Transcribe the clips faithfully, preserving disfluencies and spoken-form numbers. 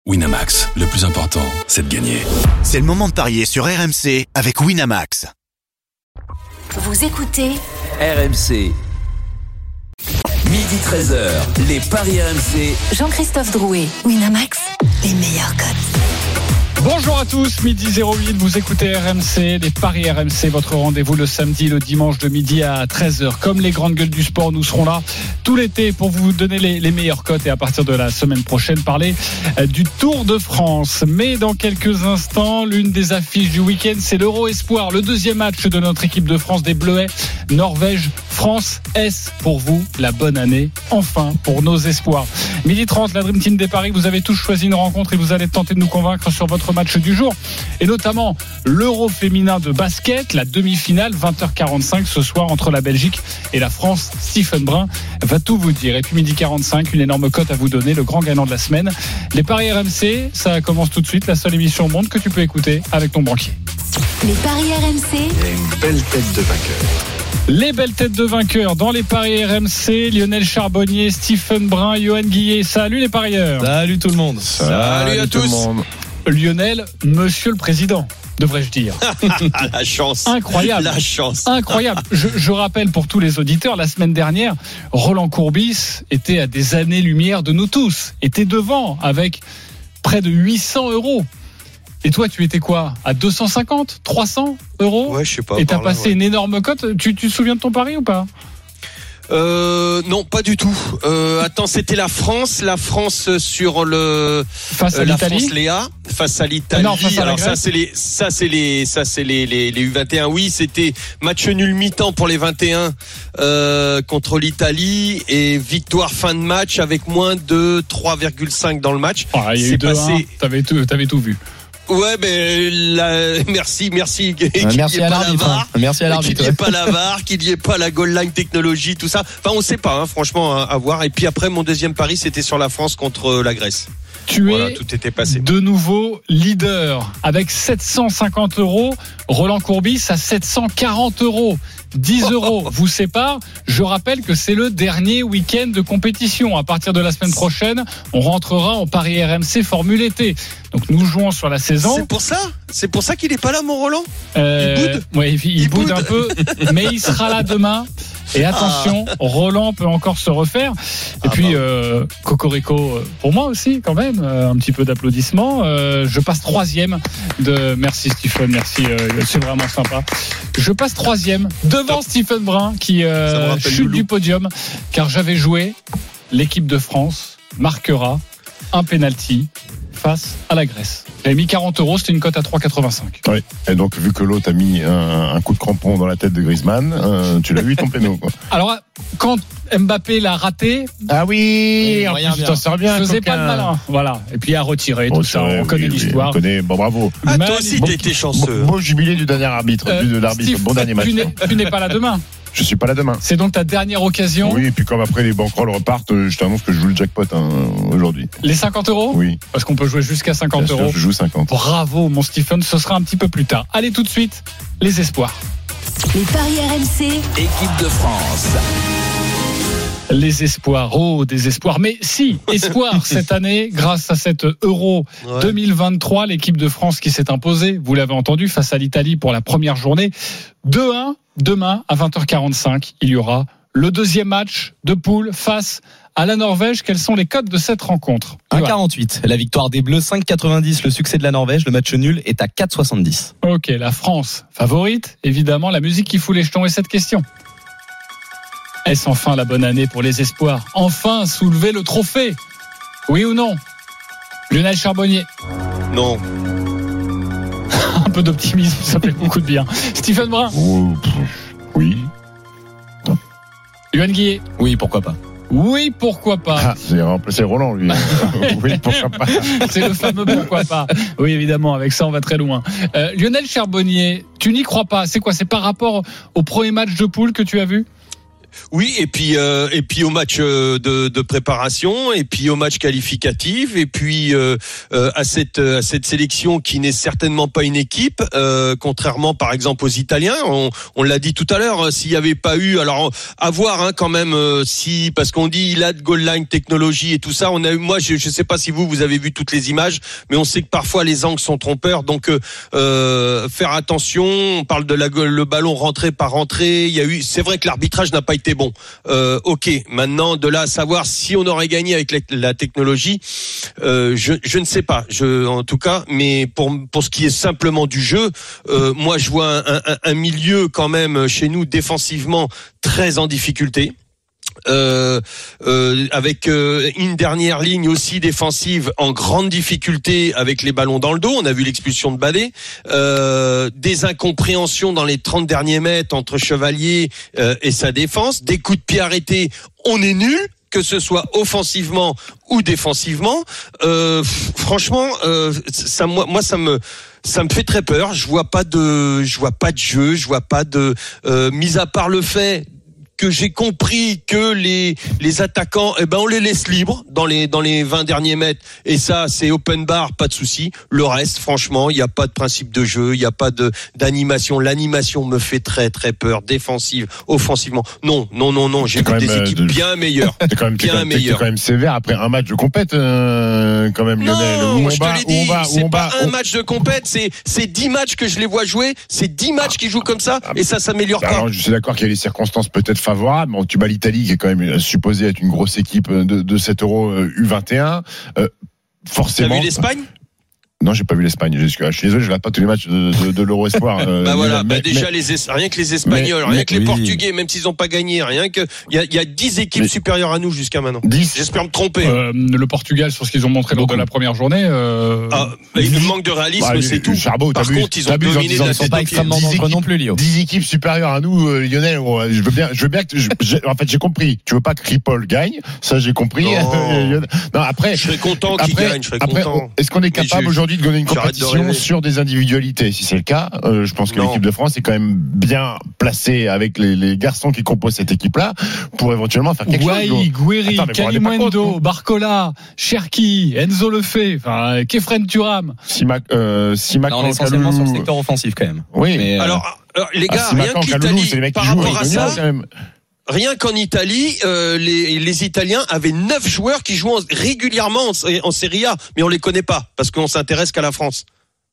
Winamax, le plus important, c'est de gagner. C'est le moment de parier sur R M C avec Winamax. Vous écoutez R M C. Midi treize heures, les paris R M C. Jean-Christophe Drouet, Winamax, les meilleurs cotes. Bonjour à tous, midi zéro huit, vous écoutez R M C, les paris R M C, votre rendez-vous le samedi, le dimanche de midi à treize heures. Comme les grandes gueules du sport, nous serons là tout l'été pour vous donner les, les meilleures cotes et à partir de la semaine prochaine parler euh, du Tour de France. Mais dans quelques instants, l'une des affiches du week-end, c'est l'Euro Espoir, le deuxième match de notre équipe de France des Bleuets, Norvège, France. Est-ce pour vous la bonne année, enfin, pour nos espoirs? Midi trente, la Dream Team des paris, vous avez tous choisi une rencontre et vous allez tenter de nous convaincre sur votre match du jour et notamment l'Euro féminin de basket, la demi-finale vingt heures quarante-cinq ce soir entre la Belgique et la France. Stephen Brun va tout vous dire. Et puis midi quarante-cinq, une énorme cote à vous donner, le grand gagnant de la semaine. Les paris R M C, ça commence tout de suite, la seule émission au monde que tu peux écouter avec ton banquier. Les paris R M C. Il y a une belle tête de vainqueur. Les belles têtes de vainqueurs dans les paris R M C, Lionel Charbonnier, Stephen Brun, Johan Guillet. Salut les parieurs. Salut tout le monde. Salut, Salut à tous. Lionel, monsieur le président, devrais-je dire. La chance. Incroyable. La chance. Incroyable. Je, je rappelle pour tous les auditeurs, la semaine dernière, Roland Courbis était à des années-lumière de nous tous, était devant avec près de huit cents euros. Et toi, tu étais quoi? À deux cent cinquante, trois cents euros? Ouais, je sais pas. Et t'as là, passé ouais. une énorme cote. Tu, tu te souviens de ton pari ou pas? Euh, non, pas du tout. Euh, attends, c'était la France, la France sur le face à euh, la l'Italie. France Léa face à l'Italie. Non, face à Alors la ça c'est les ça c'est les ça c'est les les, les U vingt et un. Oui, c'était match nul mi-temps pour les vingt et un euh, contre l'Italie et victoire fin de match avec moins de trois virgule cinq dans le match. Ah, il y a eu deux à un. T'avais tout t'avais tout vu. Ouais, mais la... merci, merci. Qu'il euh, merci, n'y ait à pas la V A R, merci à l'arbitre. Qu'il n'y ait pas la V A R, qu'il n'y ait pas la goal line technologie, tout ça. Enfin, on ne sait pas, hein, franchement, à, à voir. Et puis après, mon deuxième pari, c'était sur la France contre la Grèce. Tu voilà, es tout était passé. de nouveau leader avec sept cent cinquante euros. Roland Courbis à sept cent quarante euros. dix euros vous séparent. Je rappelle que c'est le dernier week-end de compétition. À partir de la semaine prochaine, on rentrera en Paris R M C Formule été. Donc nous jouons sur la saison. C'est pour ça C'est pour ça qu'il n'est pas là, mon Roland euh, Il boude ouais, il, il, il boude, boude un peu, mais il sera là demain. Et attention, ah. Roland peut encore se refaire. Et ah puis, bah. euh, Cocorico, pour moi aussi, quand même, euh, un petit peu d'applaudissements. Euh, je passe troisième de... Merci Stephen, merci, euh, c'est vraiment sympa. Je passe troisième devant Top. Stephen Brun, qui euh, chute Loulou. du podium, car j'avais joué l'équipe de France marquera un penalty face à la Grèce. J'avais mis quarante euros, c'était une cote à trois virgule quatre-vingt-cinq. Oui, et donc vu que l'autre a mis un, un coup de crampon dans la tête de Griezmann, euh, tu l'as vu ton péno, quoi. Alors, quand Mbappé l'a raté, ah oui, en plus, t'en sors bien, faisait pas de malin. Voilà. Et puis à retirer, tout ça, on oui, connaît oui, l'histoire. On connaît, bon, bravo. Ah, toi aussi, bon, t'étais chanceux. Beau jubilé du dernier arbitre, euh, de l'arbitre, Steve, bon dernier match. Tu n'es, tu n'es pas là demain. Je suis pas là demain. C'est donc ta dernière occasion. Oui, et puis comme après les banquerolles repartent, je t'annonce que je joue le jackpot hein, aujourd'hui. Les cinquante euros? Oui. Parce qu'on peut jouer jusqu'à cinquante Bien euros. Sûr, je joue cinquante. Bravo, mon Stephen, ce sera un petit peu plus tard. Allez, tout de suite, les espoirs. Les paris R M C. Équipe de France. Les espoirs, oh des espoirs, mais si, espoir cette année grâce à cet Euro ouais. deux mille vingt-trois, l'équipe de France qui s'est imposée, vous l'avez entendu, face à l'Italie pour la première journée, deux un, demain à vingt heures quarante-cinq, il y aura le deuxième match de poule face à la Norvège. Quels sont les codes de cette rencontre? un virgule quarante-huit, la victoire des Bleus, cinq virgule quatre-vingt-dix, le succès de la Norvège, le match nul est à quatre virgule soixante-dix. Ok, la France favorite, évidemment, la musique qui fout les jetons et cette question. Est-ce enfin la bonne année pour les espoirs? Enfin soulever le trophée? Oui ou non? Lionel Charbonnier? Non. Un peu d'optimisme, ça fait beaucoup de bien. Stephen Brun? Oh, oui. Johan Guillet? Oui, pourquoi pas. Oui, pourquoi pas. Ah, c'est remplacé Roland, lui. Oui, pourquoi pas. C'est le fameux pourquoi pas. Oui, évidemment, avec ça, on va très loin. Euh, Lionel Charbonnier, tu n'y crois pas. C'est quoi? C'est par rapport au premier match de poule que tu as vu? Oui, et puis euh, et puis au match de, de préparation, et puis au match qualificatif, et puis euh, euh, à cette à cette sélection qui n'est certainement pas une équipe, euh, contrairement par exemple aux Italiens. On, on l'a dit tout à l'heure, s'il y avait pas eu, alors à voir hein, quand même euh, si, parce qu'on dit il a de goal line technologie et tout ça. On a eu, moi je je sais pas si vous vous avez vu toutes les images, mais on sait que parfois les angles sont trompeurs, donc euh, faire attention. On parle de la le ballon rentré par rentrée. Il y a eu, c'est vrai que l'arbitrage n'a pas été bon. Euh, ok, maintenant de là à savoir si on aurait gagné avec la, la technologie, euh, je, je ne sais pas. Je, en tout cas, mais pour pour ce qui est simplement du jeu, euh, moi je vois un, un, un milieu quand même chez nous défensivement très en difficulté. Euh, euh, avec euh, une dernière ligne aussi défensive en grande difficulté avec les ballons dans le dos. On a vu l'expulsion de Badé, euh, des incompréhensions dans les trente derniers mètres entre Chevalier euh, et sa défense, des coups de pied arrêtés. On est nul, que ce soit offensivement ou défensivement. Euh, franchement, euh, ça, moi, moi, ça me ça me fait très peur. Je vois pas de, je vois pas de jeu, je vois pas de, euh, mis à part le fait que j'ai compris que les les attaquants, eh ben on les laisse libres dans les dans les vingt derniers mètres, et ça c'est open bar, pas de souci. Le reste, franchement, il y a pas de principe de jeu, il y a pas de d'animation. L'animation me fait très très peur, défensive, offensivement. Non, non, non, non. J'ai vu des équipes de... bien meilleures, t'es quand même, bien t'es meilleures. T'es quand même sévère après un match de compète, euh, quand même, Lionel. Non, où je on bat, te l'ai dit, où on va, c'est où on pas bat, un on... match de compète, c'est c'est dix matchs que je les vois jouer, c'est dix matchs qui jouent comme ça, et ça s'améliore pas. Alors, je suis d'accord qu'il y a les circonstances peut-être favorables. Bon, tu bats l'Italie qui est quand même supposée être une grosse équipe de, de cet Euro U vingt et un. Euh, forcément. T'as vu l'Espagne ? Non, j'ai pas vu l'Espagne. Je suis, je suis désolé, je regarde pas tous les matchs de, de, de l'Euro Espoir. Euh, bah voilà, mais, bah déjà mais, les es... rien que les Espagnols, mais, rien que les oui. Portugais, même s'ils ont pas gagné, rien que il y a, y a dix équipes mais, supérieures à nous jusqu'à maintenant. dix J'espère me tromper. Euh, le Portugal, sur ce qu'ils ont montré lors de la première journée. Euh... Ah, bah, il nous manque de réalisme, bah, c'est tout. Charbot, Par contre, ils ont dominé de la tête pas extrêmement dangereux non plus, Lio. dix équipes supérieures à nous, euh, Lionel. Oh, je veux bien, je veux bien que, je, en fait, j'ai compris. Tu veux pas que Ripoll gagne, ça j'ai compris. Non, non après, je serais content qu'il gagne. Je serais content. Est-ce qu'on est capable aujourd'hui de gagner une compétition sur des individualités? Si c'est le cas, euh, je pense que non. L'équipe de France est quand même bien placée avec les, les garçons qui composent cette équipe-là pour éventuellement faire quelque Ouai, chose. Guéry, Kalimundo, Barcola, Cherki, Enzo Lefebvre, enfin, Kefren Thuram. Simac, euh, Simac, on est essentiellement sur le secteur offensif quand même. Oui. Mais, euh... alors, alors, les gars, ah, rien que l'Italie, par rapport à ça. Même. Rien qu'en Italie, euh, les, les Italiens avaient neuf joueurs qui jouent en, régulièrement en, en Serie A, mais on les connaît pas parce qu'on s'intéresse qu'à la France.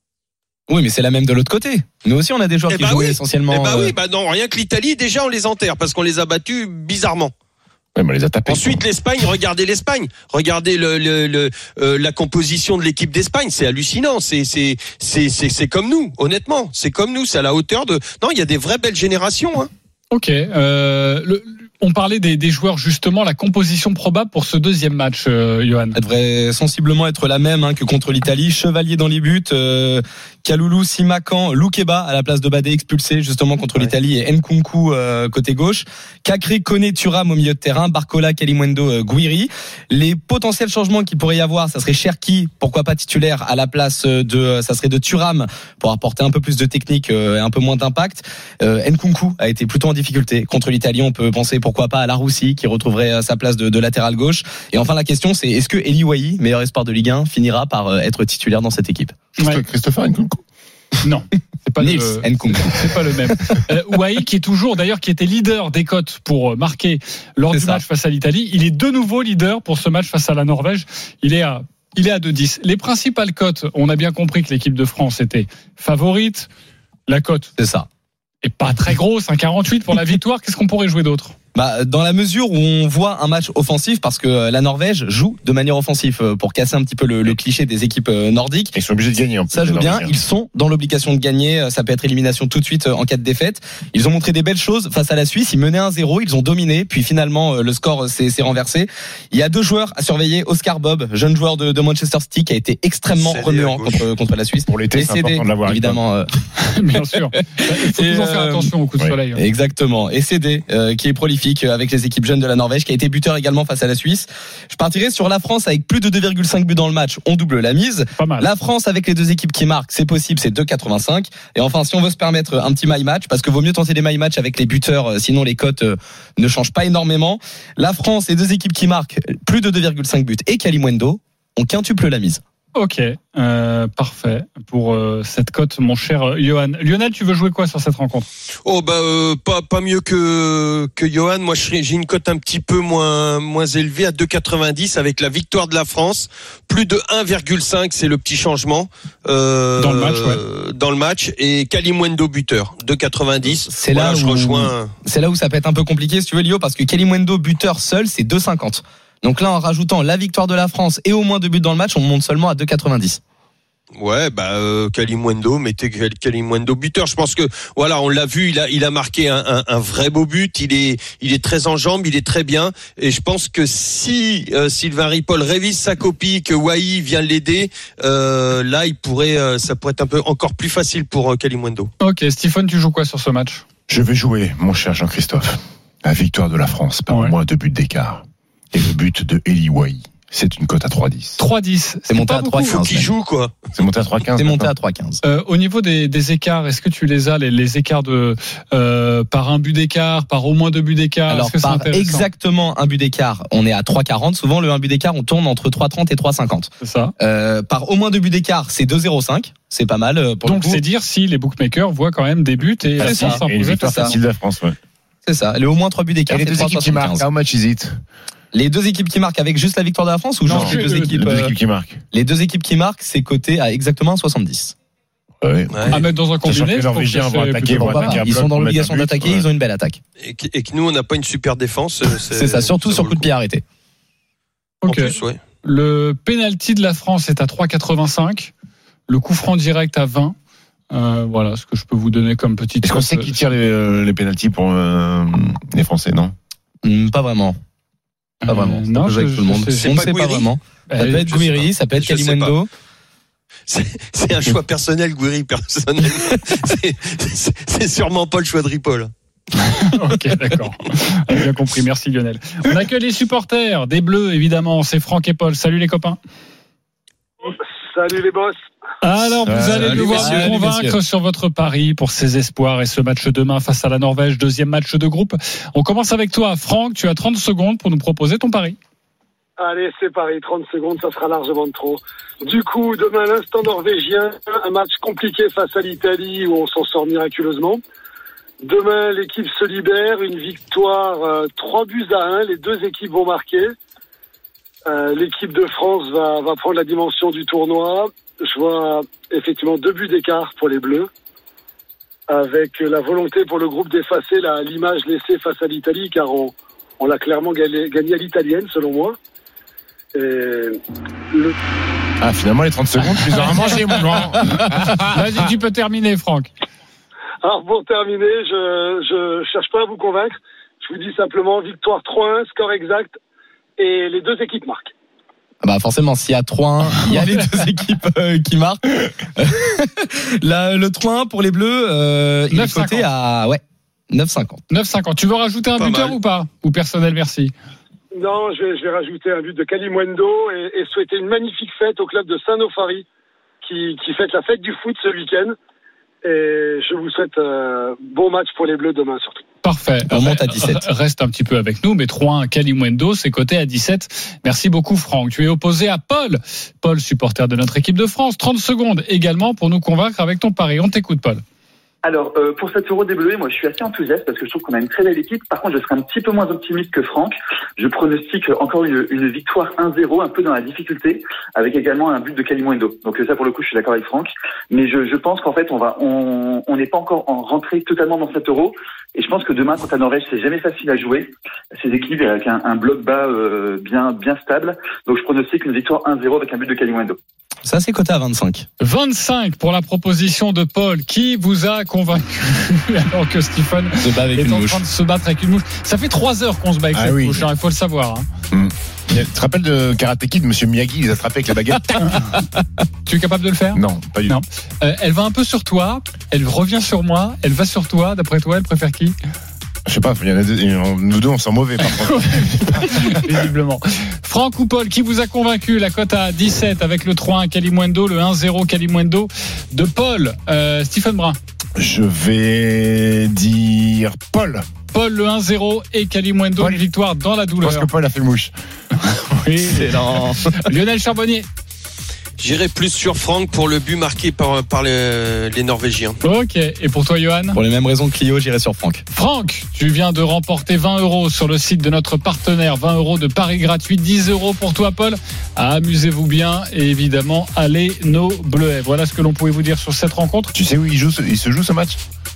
Oui, mais c'est la même de l'autre côté. Nous aussi, on a des joueurs eh qui bah jouent oui. essentiellement. Eh bah oui, bah non, rien que l'Italie, déjà on les enterre parce qu'on les a battus bizarrement. Ouais, mais on les a tapés. Ensuite, l'Espagne, regardez l'Espagne, regardez le, le, le euh, la composition de l'équipe d'Espagne, c'est hallucinant. C'est c'est c'est c'est c'est comme nous, honnêtement, c'est comme nous, c'est à la hauteur de. Non, il y a des vraies belles générations. Hein. Ok. Euh, le... On parlait des, des joueurs justement, la composition probable pour ce deuxième match, euh, Johan. Elle devrait sensiblement être la même hein, que contre l'Italie. Chevalier dans les buts, euh, Kaloulou, Simakan, Loukeba à la place de Badé expulsé justement contre ouais. l'Italie et Nkunku euh, côté gauche. Cacré, Koné, Thuram au milieu de terrain, Barcola, Kalimundo, euh, Guiri. Les potentiels changements qu'il pourrait y avoir, ça serait Cherki, pourquoi pas titulaire à la place de, ça serait de Thuram pour apporter un peu plus de technique euh, et un peu moins d'impact. Euh, Nkunku a été plutôt en difficulté contre l'Italie. On peut penser pourquoi pas à Laroussi qui retrouverait sa place de, de latéral gauche. Et enfin la question c'est est-ce que Eli Wahi, meilleur espoir de Ligue un, finira par être titulaire dans cette équipe? Ouais. Christopher Nkunku. Non, c'est pas Nils le Nkunku. C'est pas le même. Euh, Wahi qui est toujours d'ailleurs qui était leader des cotes pour marquer lors c'est du ça. match face à l'Italie, il est de nouveau leader pour ce match face à la Norvège. Il est à il est à deux dix. Les principales cotes, on a bien compris que l'équipe de France était favorite. La cote, c'est ça. Et pas très grosse, un quarante-huit pour la victoire. Qu'est-ce qu'on pourrait jouer d'autre? Bah, dans la mesure où on voit un match offensif, parce que la Norvège joue de manière offensive pour casser un petit peu le, le cliché des équipes nordiques. Ils sont obligés de gagner. En plus, ça joue bien. Ils sont dans l'obligation de gagner. Ça peut être élimination tout de suite en cas de défaite. Ils ont montré des belles choses face à la Suisse. Ils menaient un zéro. Ils ont dominé. Puis finalement, le score s'est, s'est renversé. Il y a deux joueurs à surveiller. Oscar Bob, jeune joueur de, de Manchester City, qui a été extrêmement c'est remuant contre, contre la Suisse. Pour l'été, c'est important de l'avoir. Évidemment. Bien sûr. Il faut toujours euh, faire attention au coup de soleil. Hein. Exactement. Et C D, euh, qui est prolifique. magnifique avec les équipes jeunes de la Norvège, qui a été buteur également face à la Suisse. Je partirai sur la France avec plus de deux virgule cinq buts dans le match. On double la mise. Pas mal. La France avec les deux équipes qui marquent, c'est possible, c'est deux virgule quatre-vingt-cinq. Et enfin, si on veut se permettre un petit my match, parce que vaut mieux tenter des my match avec les buteurs, sinon les cotes ne changent pas énormément. La France, les deux équipes qui marquent plus de deux virgule cinq buts et Kalimundo, on quintuple la mise. Ok, euh, parfait pour euh, cette cote, mon cher Johan. Lionel, tu veux jouer quoi sur cette rencontre? Oh bah euh, pas pas mieux que que Johan. Moi, j'ai une cote un petit peu moins moins élevée à deux virgule quatre-vingt-dix avec la victoire de la France, plus de un virgule cinq, c'est le petit changement euh, dans le match, ouais. Dans le match et Kalimundo buteur, deux virgule quatre-vingt-dix. C'est voilà, là je où rejoins. C'est là où ça peut être un peu compliqué, si tu veux, Lio, parce que Kalimundo buteur seul, c'est deux virgule cinquante. Donc là, en rajoutant la victoire de la France et au moins deux buts dans le match, on monte seulement à deux virgule quatre-vingt-dix. Ouais, bah euh, Kalimundo, mettez Kalimundo buteur. Je pense que voilà, on l'a vu, il a il a marqué un, un, un vrai beau but. Il est il est très en jambes, il est très bien. Et je pense que si euh, Sylvain Ripoll révise sa copie, que Wai vient l'aider, euh, là il pourrait, euh, ça pourrait être un peu encore plus facile pour euh, Kalimundo. Ok, Stephen, tu joues quoi sur ce match? Je vais jouer, mon cher Jean-Christophe, la victoire de la France par Ouais. au moins deux buts d'écart. Et le but de Eli Wai. C'est une cote à trois virgule dix. trois virgule dix. C'est monté à trois virgule Faut quinze. qu'il joue quoi. C'est monté à trois virgule quinze. C'est monté à trois virgule quinze. Euh, au niveau des, des écarts, est-ce que tu les as, les, les écarts de euh, par un but d'écart, par au moins deux buts d'écart? Alors, Est-ce que c'est par intéressant? exactement un but d'écart, on est à trois virgule quarante. Souvent, le un but d'écart, on tourne entre trois virgule trente et trois virgule cinquante. C'est ça. Euh, par au moins deux buts d'écart, c'est deux virgule zéro cinq. C'est pas mal euh, pour Donc le coup. c'est dire si les bookmakers voient quand même des buts et la C'est ça. France Et une s'imposer victoire face à- facile de la France, ouais. C'est ça. Les au moins trois buts d'écart, Et les c'est deux équipes qui marquent, trois virgule soixante-quinze. how much is it? Les deux équipes qui marquent avec juste la victoire de la France ou Non, genre je- les deux le- équipes Les deux euh, équipes qui marquent. Les deux équipes qui marquent, c'est coté à exactement soixante-dix. Ouais. Ouais. à mettre dans un Sachant que combiné. les faut Norvégiens que vont c'est attaquer, plutôt vont pas attaquer mal. un Ils bloc sont dans pour l'obligation mettre un but, d'attaquer, ouais. ils ont une belle attaque. Et, que- et que nous on n'a pas une super défense. C'est ça, surtout sur coup de pied arrêté. En Ok. plus, ouais. Le penalty de la France est à trois virgule quatre-vingt-cinq. Le coup franc direct à vingt. Euh, voilà ce que je peux vous donner comme petite. Est-ce qu'on sait qui tire les, euh, les pénaltys pour euh, les Français, non? Hum, Pas vraiment. Pas Euh, vraiment. Ça non, peut jouer avec je- tout le monde. je sais On ne pas sait pas Gouiri. vraiment. Ça peut être je sais Gouiri, pas. ça peut être Je sais Kalimundo. C'est, c'est un choix personnel, Gouiri, personnel. c'est, c'est, c'est sûrement pas le choix de Ripoll. Ok, d'accord. J'ai bien compris. Merci Lionel. On accueille les supporters des Bleus, évidemment. C'est Franck et Paul. Salut les copains. Salut les boss. Alors, vous Salut, allez devoir messieurs. vous convaincre Salut, messieurs. sur votre pari pour ces espoirs et ce match demain face à la Norvège, deuxième match de groupe. On commence avec toi, Franck. Tu as trente secondes pour nous proposer ton pari. Allez, c'est pareil, trente secondes, ça sera largement de trop. Du coup, demain, l'instant norvégien, un match compliqué face à l'Italie où on s'en sort miraculeusement. Demain, l'équipe se libère, une victoire, euh, trois buts à un, les deux équipes vont marquer. Euh, l'équipe de France va, va prendre la dimension du tournoi. Je vois effectivement deux buts d'écart pour les Bleus, avec la volonté pour le groupe d'effacer la, l'image laissée face à l'Italie, car on, on l'a clairement gagné, gagné à l'italienne, selon moi. Et le... Ah, finalement, les trente secondes, tu les auras mangées, mon grand. Vas-y, tu peux terminer, Franck. Alors pour terminer, je je cherche pas à vous convaincre. Je vous dis simplement victoire trois un, score exact, et les deux équipes marquent. Bah forcément, s'il y a trois un, il y a les deux équipes euh, qui marquent. La, le trois un pour les Bleus, euh, il est coté à ouais, neuf virgule cinquante. neuf virgule cinquante. Tu veux rajouter un Pas buteur mal. ou pas? Ou personnel, merci. Non, je vais, je vais rajouter un but de Kalimundo et, et souhaiter une magnifique fête au club de Saint-Nofari qui, qui fête la fête du foot ce week-end. Et je vous souhaite un bon match pour les Bleus demain surtout. Parfait. On monte à dix-sept. Reste un petit peu avec nous, mais trois un Kalimundo, c'est coté à dix-sept. Merci beaucoup, Franck. Tu es opposé à Paul. Paul, supporter de notre équipe de France. trente secondes également pour nous convaincre avec ton pari. On t'écoute, Paul. Alors, euh, pour cet Euro des Bleus, moi je suis assez enthousiaste parce que je trouve qu'on a une très belle équipe. Par contre, je serai un petit peu moins optimiste que Franck. Je pronostique encore une, une victoire un zéro, un peu dans la difficulté, avec également un but de Kalimundo. Donc ça, pour le coup, je suis d'accord avec Franck. Mais je, je pense qu'en fait, on va, on on n'est pas encore en rentré totalement dans cet Euro. Et je pense que demain, contre la Norvège, c'est jamais facile à jouer. Ces équipes avec un, un bloc bas euh, bien bien stable. Donc je pronostique une victoire un zéro avec un but de Kalimundo. Ça, c'est coté à vingt-cinq. vingt-cinq pour la proposition de Paul. Qui vous a convaincu alors que Stephen Se bat avec est une en mouche. train de se battre avec une mouche? Ça fait trois heures qu'on se bat avec Ah cette oui. mouche, hein, il faut le savoir. Hein. Hum. Tu te rappelles de Karate Kid, Monsieur Miyagi, il les a attrapés avec la baguette? Tu es capable de le faire? Non, pas du Non. tout. Euh, elle va un peu sur toi, elle revient sur moi, elle va sur toi. D'après toi, elle préfère qui? Je sais pas, il y en a deux, nous deux on sent mauvais par contre. Visiblement. Franck ou Paul, qui vous a convaincu? La cote à dix-sept avec le trois un Kalimundo, le un zéro Kalimundo de Paul. Euh, Stephen Brun. Je vais dire Paul. Paul, le un zéro et Kalimundo, une victoire dans la douleur. Je pense que Paul a fait mouche. Oui, c'est lent. Lionel Charbonnier. J'irai plus sur Franck pour le but marqué par, par les, les Norvégiens. Ok, et pour toi Johan? Pour les mêmes raisons que Clio, j'irai sur Franck. Franck, tu viens de remporter vingt euros sur le site de notre partenaire, vingt euros de paris gratuits, dix euros pour toi Paul. Amusez-vous bien et évidemment, allez nos Bleuets. Voilà ce que l'on pouvait vous dire sur cette rencontre. Tu sais où il, joue, il se joue ce match?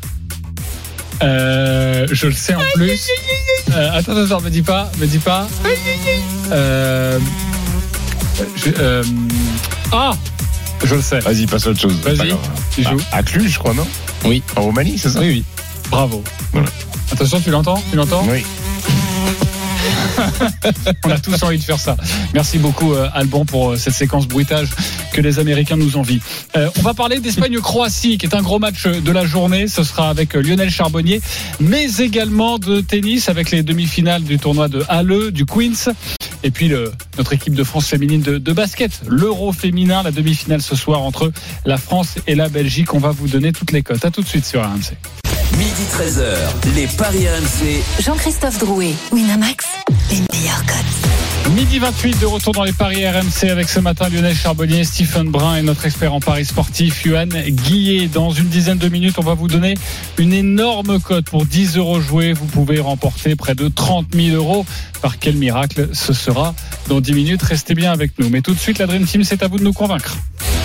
Euh, je le sais en plus. Euh, attends, attends, me dis pas, me dis pas. Euh, je, euh, ah, je le sais. Vas-y, passe à autre chose. Vas-y, tu joues. À Cluj, je crois, non? Oui. En Roumanie, c'est ça? Oui, oui. Bravo. Voilà. Attention, tu l'entends? Tu l'entends? Oui. On a tous envie de faire ça. Merci beaucoup euh, Alban pour euh, cette séquence bruitage que les Américains nous envient. Euh, on va parler d'Espagne-Croatie qui est un gros match de la journée. Ce sera avec euh, Lionel Charbonnier, mais également de tennis avec les demi-finales du tournoi de Halle, du Queens. Et puis le, notre équipe de France féminine de, de basket, l'Euro féminin, la demi-finale ce soir entre la France et la Belgique. On va vous donner toutes les cotes. À tout de suite sur R M C. Midi treize heures, les paris R M C. Jean-Christophe Drouet, Winamax, les meilleurs cotes. Midi vingt-huit de retour dans les paris R M C avec ce matin Lionel Charbonnier, Stephen Brun et notre expert en paris sportif Yohan Guillet. Dans une dizaine de minutes, on va vous donner une énorme cote pour dix euros joués. Vous pouvez remporter près de trente mille euros. Par quel miracle ce sera dans dix minutes? Restez bien avec nous. Mais tout de suite, la Dream Team, c'est à vous de nous convaincre.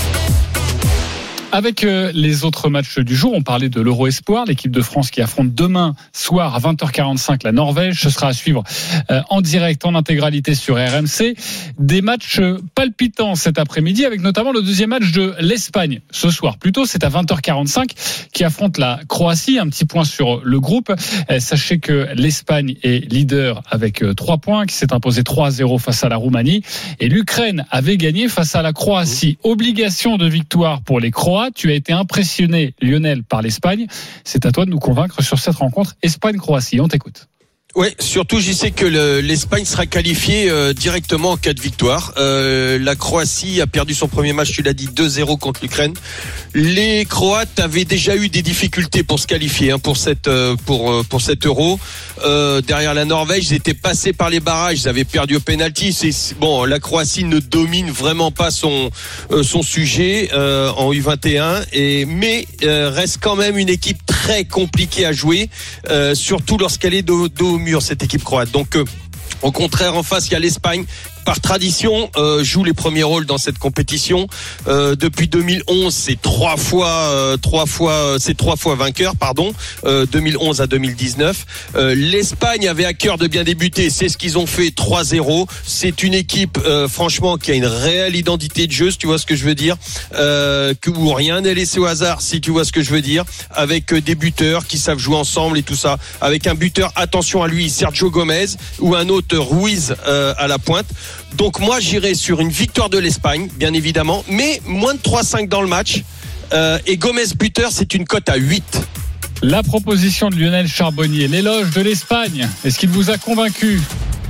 Avec les autres matchs du jour, on parlait de l'Euro Espoir, l'équipe de France qui affronte demain soir à vingt heures quarante-cinq la Norvège. Ce sera à suivre en direct, en intégralité sur R M C. Des matchs palpitants cet après-midi, avec notamment le deuxième match de l'Espagne ce soir. Plutôt, c'est à vingt heures quarante-cinq qui affronte la Croatie. Un petit point sur le groupe. Sachez que l'Espagne est leader avec trois points, qui s'est imposé trois à zéro face à la Roumanie. Et l'Ukraine avait gagné face à la Croatie. Obligation de victoire pour les Croates. Tu as été impressionné, Lionel, par l'Espagne. C'est à toi de nous convaincre sur cette rencontre Espagne-Croatie. On t'écoute. Ouais, surtout j'y sais que le, l'Espagne sera qualifiée euh, directement en cas de victoire. Euh, la Croatie a perdu son premier match, tu l'as dit, deux zéro contre l'Ukraine. Les Croates avaient déjà eu des difficultés pour se qualifier hein, pour cette euh, pour euh, pour cet Euro. Euh, derrière la Norvège, ils étaient passés par les barrages, ils avaient perdu au penalty. C'est, c'est bon, la Croatie ne domine vraiment pas son euh, son sujet euh, en U vingt et un, et mais euh, reste quand même une équipe très compliquée à jouer, euh, surtout lorsqu'elle est dos, dos au mur, cette équipe croate. Donc euh, au contraire, en face, il y a l'Espagne. Par tradition, euh, joue les premiers rôles dans cette compétition. Euh, depuis deux mille onze, c'est trois fois, euh, trois fois, c'est trois fois vainqueur, pardon. Euh, deux mille onze à deux mille dix-neuf. Euh, L'Espagne avait à cœur de bien débuter. C'est ce qu'ils ont fait, trois zéro. C'est une équipe, euh, franchement, qui a une réelle identité de jeu, si tu vois ce que je veux dire. Euh, que, où rien n'est laissé au hasard, si tu vois ce que je veux dire. Avec euh, des buteurs qui savent jouer ensemble et tout ça. Avec un buteur, attention à lui, Sergio Gomez, ou un autre Ruiz euh, à la pointe. Donc moi j'irai sur une victoire de l'Espagne, bien évidemment, mais moins de trois cinq dans le match. Euh, et Gomez buteur, c'est une cote à huit. La proposition de Lionel Charbonnier, l'éloge de l'Espagne, est-ce qu'il vous a convaincu,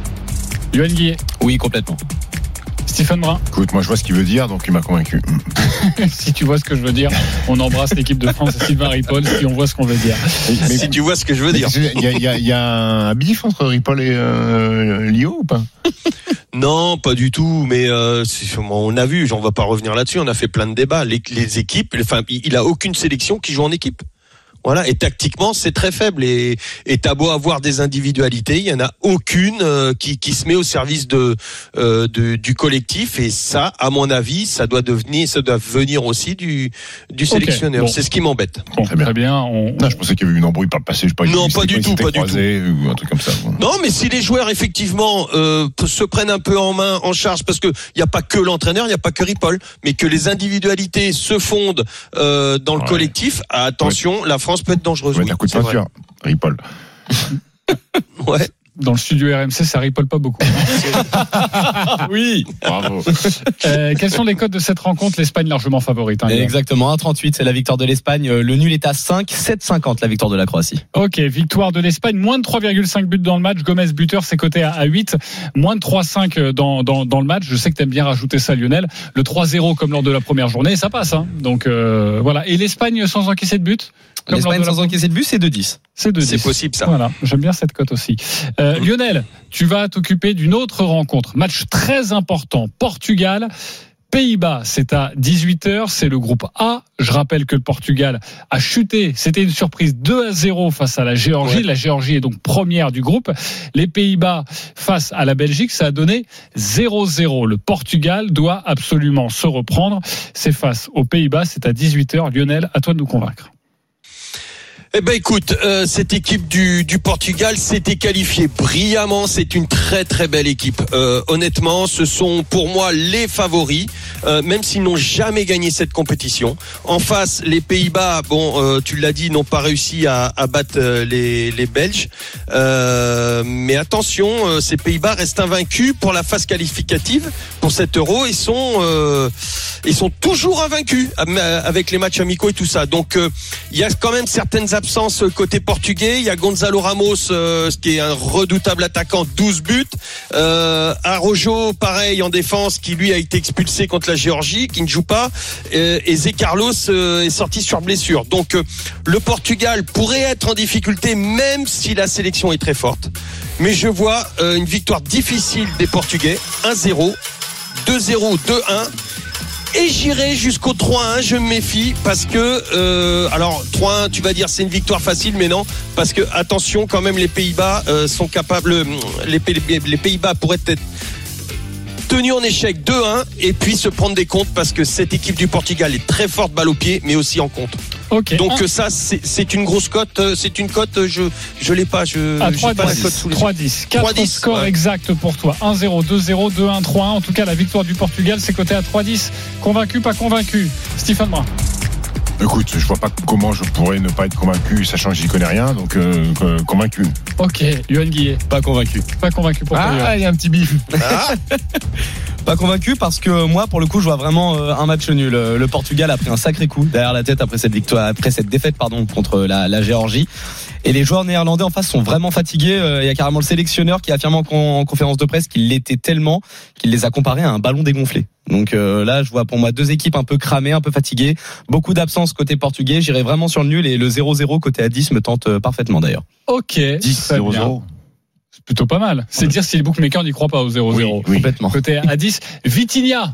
Yohan Guillet? Oui, complètement. Stephen Brun? Écoute, moi je vois ce qu'il veut dire, donc il m'a convaincu. Si tu vois ce que je veux dire, on embrasse l'équipe de France et Sylvain Ripoll si on voit ce qu'on veut dire. Mais, si tu vois ce que je veux dire. Il y a, y a, y a un bif entre Ripoll et euh, Lio ou pas? Non, pas du tout, mais euh, on a vu, on va pas revenir là-dessus, on a fait plein de débats. Les, les équipes, enfin, il a aucune sélection qui joue en équipe. Voilà, et tactiquement, c'est très faible. Et, et t'as beau avoir des individualités, il y en a aucune euh, qui, qui se met au service de, euh, de du collectif. Et ça, à mon avis, ça doit devenir, ça doit venir aussi du, du sélectionneur. Okay, bon. C'est ce qui m'embête. Bon, très bien. Très bien on... Non, je pensais qu'il y avait eu une embrouille par le passé. Je sais pas, non, pas du tout, pas du tout. Ou un truc comme ça. Non, mais si les joueurs effectivement euh, se prennent un peu en main, en charge, parce que il y a pas que l'entraîneur, il y a pas que Ripoll, mais que les individualités se fondent euh, dans le ouais. collectif. Attention, ouais. la France peut être dangereuse. Ouais, oui, un coup de peinture, Ripoll. Ouais. Dans le studio R M C, ça ripole pas beaucoup. Oui, bravo. Euh, quels sont les codes de cette rencontre? L'Espagne largement favorite. Hein, exactement, un virgule trente-huit, c'est la victoire de l'Espagne. Le nul est à cinq, sept virgule cinquante la victoire de la Croatie. Ok, victoire de l'Espagne, moins de trois virgule cinq buts dans le match. Gomez buteur, c'est coté à huit, moins de trois virgule cinq dans, dans, dans le match. Je sais que t'aimes bien rajouter ça, Lionel. Le trois zéro comme lors de la première journée, ça passe. Hein. Donc euh, voilà. Et l'Espagne sans encaisser de but? L'Espagne sans encaisser de but, c'est deux dix. C'est deux dix. C'est possible ça. Voilà, j'aime bien cette cote aussi. Euh, Lionel, tu vas t'occuper d'une autre rencontre. Match très important. Portugal. Pays-Bas, c'est à dix-huit heures, c'est le groupe A. Je rappelle que le Portugal a chuté, c'était une surprise deux à zéro face à la Géorgie. Ouais. La Géorgie est donc première du groupe. Les Pays-Bas face à la Belgique, ça a donné zéro zéro. Le Portugal doit absolument se reprendre. C'est face aux Pays-Bas, c'est à dix-huit heures. Lionel, à toi de nous convaincre. Eh ben écoute, euh, cette équipe du, du Portugal s'était qualifiée brillamment. C'est une très très belle équipe. Euh, honnêtement, ce sont pour moi les favoris, euh, même s'ils n'ont jamais gagné cette compétition. En face, les Pays-Bas, bon, euh, tu l'as dit, n'ont pas réussi à, à battre euh, les, les Belges. Euh, mais attention, euh, ces Pays-Bas restent invaincus pour la phase qualificative pour cet Euro. Ils sont, euh, ils sont toujours invaincus avec les matchs amicaux et tout ça. Donc, euh, il y a quand même certaines absence côté portugais. Il y a Gonzalo Ramos, euh, qui est un redoutable attaquant, douze buts. Euh, Araujo, pareil, en défense, qui lui a été expulsé contre la Géorgie, qui ne joue pas. Euh, et Zé Carlos euh, est sorti sur blessure. Donc, euh, le Portugal pourrait être en difficulté, même si la sélection est très forte. Mais je vois euh, une victoire difficile des Portugais. un zéro, deux zéro, deux un. Et j'irai jusqu'au trois un, je me méfie, parce que euh, alors trois un, tu vas dire c'est une victoire facile, mais non, parce que attention quand même, les Pays-Bas euh, sont capables, les, les, les Pays-Bas pourraient être tenus en échec deux un et puis se prendre des comptes, parce que cette équipe du Portugal est très forte balle au pied, mais aussi en contre. Okay. Donc un... ça c'est, c'est une grosse cote, c'est une cote, je je l'ai pas, je à j'ai pas la cote sous les trois dix, quatre scores ouais. exacts pour toi. un zéro, deux zéro, deux un, trois un. En tout cas, la victoire du Portugal, c'est coté à trois dix. Convaincu, pas convaincu? Stéphane Brun. Écoute, je vois pas comment je pourrais ne pas être convaincu, sachant que j'y connais rien, donc euh, euh, convaincu. Ok, Yoann Guillet. Pas convaincu. Pas convaincu pour toi. Ah, il y a un petit bif. Ah. Pas convaincu parce que moi, pour le coup, je vois vraiment un match nul. Le Portugal a pris un sacré coup derrière la tête après cette victoire, après cette défaite, pardon, contre la, la Géorgie. Et les joueurs néerlandais en face sont vraiment fatigués. Il y a carrément le sélectionneur qui affirme en, en conférence de presse qu'il l'était tellement qu'il les a comparés à un ballon dégonflé. Donc euh, là, je vois pour moi deux équipes un peu cramées, un peu fatiguées, beaucoup d'absence côté portugais. J'irai vraiment sur le nul, et le zéro zéro côté à dix me tente parfaitement d'ailleurs. Ok, dix zéro zéro. C'est plutôt pas mal. C'est ouais. dire si les bookmakers n'y croient pas au zéro zéro. Oui, oui. Complètement. Côté à dix, Vitinha,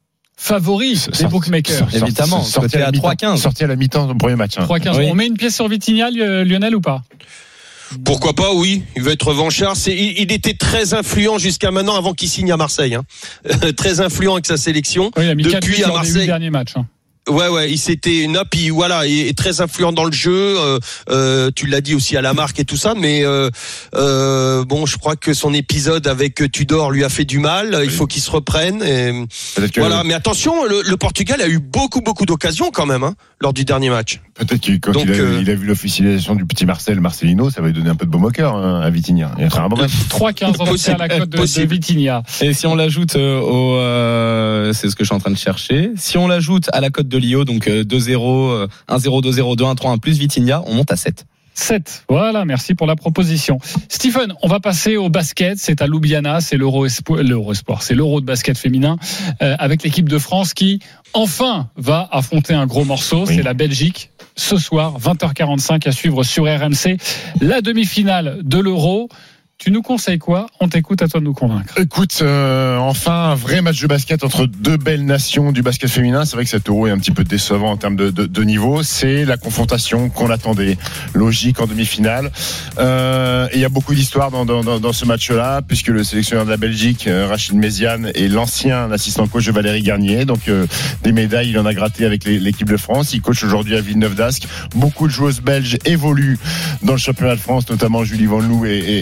favori des Sort, bookmakers. Sort, évidemment, sorti à, à trois quinze. Sorti à la mi-temps du premier match. Hein. trois quinze. Oui. On met une pièce sur Vitinha, Lionel, ou pas? Pourquoi pas, oui. Il va être revanchard. C'est, il, il était très influent jusqu'à maintenant, avant qu'il signe à Marseille. Hein. Très influent avec sa sélection. Oui, il a mis depuis à Marseille. Les derniers matchs. Hein. Ouais, ouais, il s'était une up, il, voilà, il est très influent dans le jeu. Euh, euh, tu l'as dit aussi à la marque et tout ça, mais euh, euh, bon, je crois que son épisode avec Tudor lui a fait du mal. Oui. Il faut qu'il se reprenne. Et, voilà, mais attention, le, le Portugal a eu beaucoup, beaucoup d'occasions quand même hein, lors du dernier match. Peut-être que quand Donc, il, a, euh, il a vu l'officialisation du petit Marcel Marcelino, ça va lui donner un peu de baume au cœur hein, à Vitinha. Il y a un bon match. trois quinze on va à la cote de, de Vitinha. Et si on l'ajoute euh, au, euh, c'est ce que je suis en train de chercher. Si on l'ajoute à la cote de Lio, donc deux zéro, un zéro, deux zéro, deux un, trois un plus Vitinha, on monte à sept. sept. Voilà, merci pour la proposition. Stephen, on va passer au basket. C'est à Ljubljana, c'est l'Euro Espoir, l'Euro Espoir, c'est l'Euro de basket féminin euh, avec l'équipe de France qui enfin va affronter un gros morceau. Oui. C'est la Belgique. Ce soir, vingt heures quarante-cinq à suivre sur R M C, la demi-finale de l'Euro. Tu nous conseilles quoi? On t'écoute, à toi de nous convaincre. Écoute, euh, enfin un vrai match de basket entre deux belles nations du basket féminin. C'est vrai que cet Euro est un petit peu décevant en termes de, de, de niveau. C'est la confrontation qu'on attendait, logique en demi-finale. Euh, et il y a beaucoup d'histoires dans, dans, dans, dans ce match-là, puisque le sélectionneur de la Belgique, Rachid Méziane, est l'ancien assistant coach de Valérie Garnier. Donc euh, des médailles, il en a gratté avec les, l'équipe de France. Il coach aujourd'hui à Villeneuve-d'Ascq. Beaucoup de joueuses belges évoluent dans le championnat de France, notamment Julie Van Loo et, et, et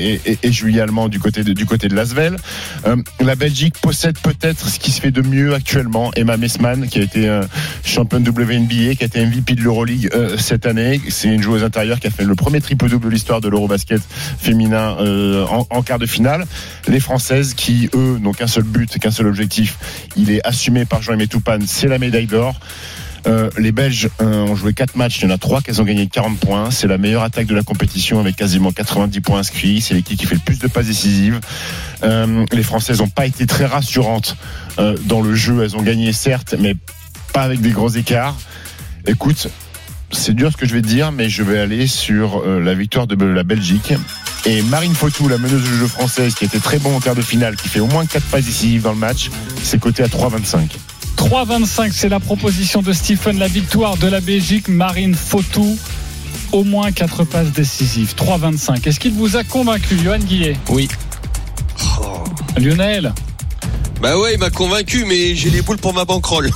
et Julie Allemand du côté de, du côté de l'Asvel. Euh, la Belgique possède peut-être ce qui se fait de mieux actuellement. Emma Messmann, qui a été euh, championne W N B A, qui a été M V P de l'Euroleague euh, cette année. C'est une joueuse intérieure qui a fait le premier triple-double de l'histoire de l'Eurobasket féminin euh, en, en quart de finale. Les Françaises qui, eux, n'ont qu'un seul but, qu'un seul objectif. Il est assumé par Jean-Aimé Toupane, c'est la médaille d'or. Euh, les Belges euh, ont joué quatre matchs, il y en a trois qu'elles ont gagné quarante points. C'est la meilleure attaque de la compétition avec quasiment quatre-vingt-dix points inscrits. C'est l'équipe qui fait le plus de passes décisives. Euh, les Françaises n'ont pas été très rassurantes euh, dans le jeu. Elles ont gagné certes, mais pas avec des gros écarts. Écoute, c'est dur ce que je vais te dire, mais je vais aller sur euh, la victoire de la Belgique. Et Marine Fautou, la meneuse de jeu française, qui était très bon en quart de finale, qui fait au moins quatre passes décisives dans le match, c'est coté à trois vingt-cinq. trois vingt-cinq, c'est la proposition de Stephen. La victoire de la Belgique, Marine Fautou, au moins quatre passes décisives. trois vingt-cinq. Est-ce qu'il vous a convaincu, Johan Guillet? Oui. Oh. Lionel? Bah ouais, il m'a convaincu, mais j'ai les boules pour ma banquerolle.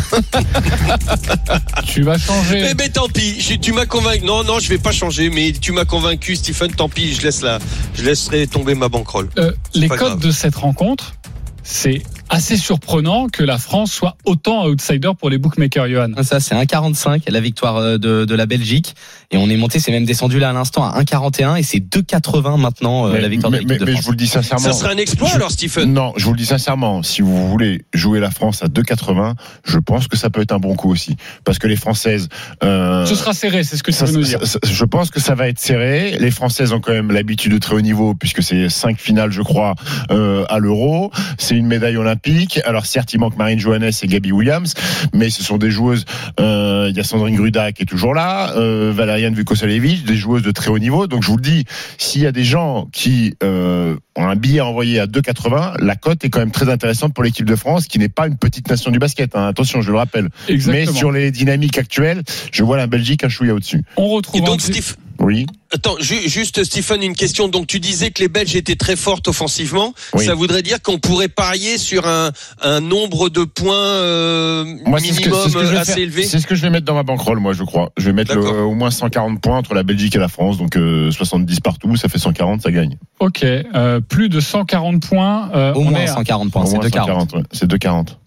Tu vas changer. Mais, mais tant pis, je, tu m'as convaincu. Non, non, je vais pas changer, mais tu m'as convaincu, Stephen. Tant pis, je laisse la, je laisserai tomber ma banquerolle. Euh, les codes grave. de cette rencontre, c'est assez surprenant que la France soit autant outsider pour les bookmakers, Johan. Ça, c'est un virgule quarante-cinq, la victoire de, de la Belgique. Et on est monté, c'est même descendu là à l'instant à un virgule quarante et un et c'est deux virgule quatre-vingts maintenant, mais, la victoire mais, de l'équipe de mais, France. Mais je vous le dis sincèrement. Ça serait un exploit je, alors, Stephen? Non, je vous le dis sincèrement. Si vous voulez jouer la France à deux virgule quatre-vingts, je pense que ça peut être un bon coup aussi. Parce que les Françaises. Euh, Ce sera serré, c'est ce que tu ça, veux nous dire. Ça, ça, je pense que ça va être serré. Les Françaises ont quand même l'habitude de très haut niveau, puisque c'est cinq finales, je crois, euh, à l'Euro. C'est une médaille olympique. Alors, certes, il manque Marine Johannes et Gabi Williams, mais ce sont des joueuses. Euh, il y a Sandrine Gruda qui est toujours là, euh, Valeriane Vukosalevich, des joueuses de très haut niveau. Donc, je vous le dis, s'il y a des gens qui euh, ont un billet envoyé à deux virgule quatre-vingts, la cote est quand même très intéressante pour l'équipe de France, qui n'est pas une petite nation du basket. Hein. Attention, je le rappelle. Exactement. Mais sur les dynamiques actuelles, je vois la Belgique un chouïa au-dessus. On retrouve. Et donc, un... Steve. Oui. Attends, ju- juste Stephen, une question. Donc tu disais que les Belges étaient très fortes offensivement. Oui. Ça voudrait dire qu'on pourrait parier sur un, un nombre de points euh, moi, c'est minimum ce que, c'est ce que je vais assez faire. élevé. C'est ce que je vais mettre dans ma banquerolle, moi, je crois. Je vais mettre le, au moins cent quarante points entre la Belgique et la France, donc euh, soixante-dix partout, ça fait cent quarante, ça gagne. Ok, euh, plus de cent quarante points. Euh, Au on moins est à... cent quarante points, Au c'est moins deux virgule quarante. cent quarante, ouais. C'est deux virgule quarante.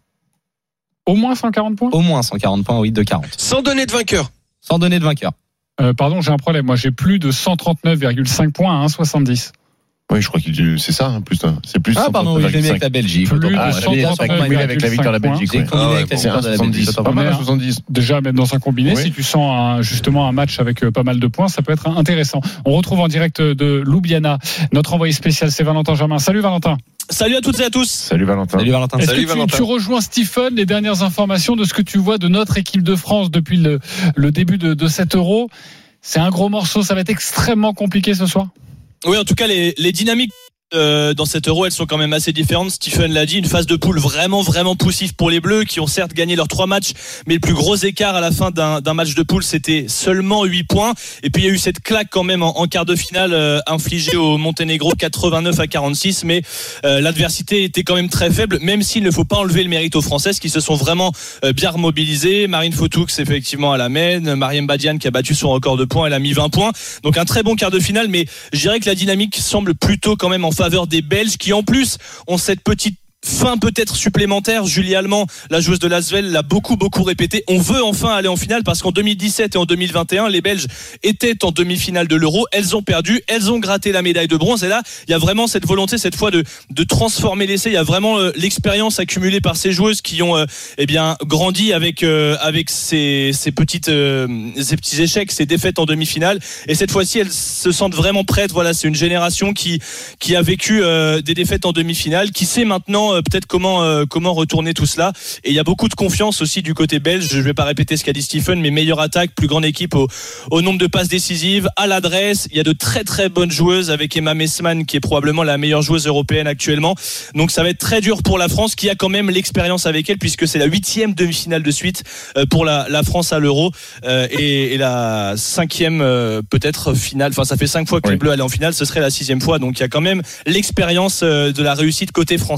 Au moins cent quarante points. Au moins cent quarante points, oui, deux virgule quarante. Sans donner de vainqueur. Sans donner de vainqueur. Euh, pardon, j'ai un problème. Moi, j'ai plus de cent trente-neuf virgule cinq points à un virgule soixante-dix. Oui, je crois que c'est ça, hein, plus. Hein. C'est plus. Ah, pardon, oui, je l'ai mis avec la Belgique. Plus de Ah, cent j'avais trente-neuf combiné avec la victoire de la Belgique. J'ai Ouais. combiné Ah ouais, avec la bon, C'est un victoire de la soixante-dix. Belgique. C'est pas mal à soixante-dix. Déjà, même dans un combiné, Oui. si tu sens un, justement un match avec euh, pas mal de points, ça peut être intéressant. On retrouve en direct de Ljubljana notre envoyé spécial, c'est Valentin Germain. Salut Valentin. Salut à toutes et à tous. Salut Valentin. Salut Valentin. Est-ce Salut, que tu, Valentin. tu rejoins Stephen, les dernières informations de ce que tu vois de notre équipe de France depuis le, le début de, de cet Euro? C'est un gros morceau, ça va être extrêmement compliqué ce soir. Oui, en tout cas, les, les dynamiques euh, dans cet Euro, elles sont quand même assez différentes. Stephen l'a dit, une phase de poule vraiment, vraiment poussive pour les Bleus, qui ont certes gagné leurs trois matchs, mais le plus gros écart à la fin d'un, d'un match de poule, c'était seulement huit points. Et puis il y a eu cette claque quand même en, en quart de finale euh, infligée au Monténégro, quatre-vingt-neuf à quarante-six. Mais euh, l'adversité était quand même très faible, même s'il ne faut pas enlever le mérite aux Françaises qui se sont vraiment euh, bien remobilisées. Marine Fautoux, effectivement, à la mène. Mariam Badiane qui a battu son record de points, elle a mis vingt points. Donc un très bon quart de finale, mais je dirais que la dynamique semble plutôt quand même en faveur des Belges qui en plus ont cette petite fin peut-être supplémentaire. Julie Allemand, la joueuse de l'Asvel, l'a beaucoup beaucoup répété. On veut enfin aller en finale parce qu'en deux mille dix-sept et en deux mille vingt et un, les Belges étaient en demi-finale de l'Euro. Elles ont perdu, elles ont gratté la médaille de bronze. Et là, il y a vraiment cette volonté cette fois de de transformer l'essai. Il y a vraiment euh, l'expérience accumulée par ces joueuses qui ont euh, eh bien grandi avec euh, avec ces ces petites euh, ces petits échecs, ces défaites en demi-finale. Et cette fois-ci, elles se sentent vraiment prêtes. Voilà, c'est une génération qui qui a vécu euh, des défaites en demi-finale, qui sait maintenant peut-être comment euh, comment retourner tout cela. Et il y a beaucoup de confiance aussi du côté belge. Je vais pas répéter ce qu'a dit Stephen, mais meilleure attaque, plus grande équipe au, au nombre de passes décisives, à l'adresse. Il y a de très très bonnes joueuses avec Emma Messmann qui est probablement la meilleure joueuse européenne actuellement. Donc ça va être très dur pour la France qui a quand même l'expérience avec elle puisque c'est la huitième demi-finale de suite euh, pour la, la France à l'Euro euh, et, et la cinquième euh, peut-être finale. Enfin ça fait cinq fois que oui. les Bleus allaient en finale, ce serait la sixième fois. Donc il y a quand même l'expérience euh, de la réussite côté français. Et,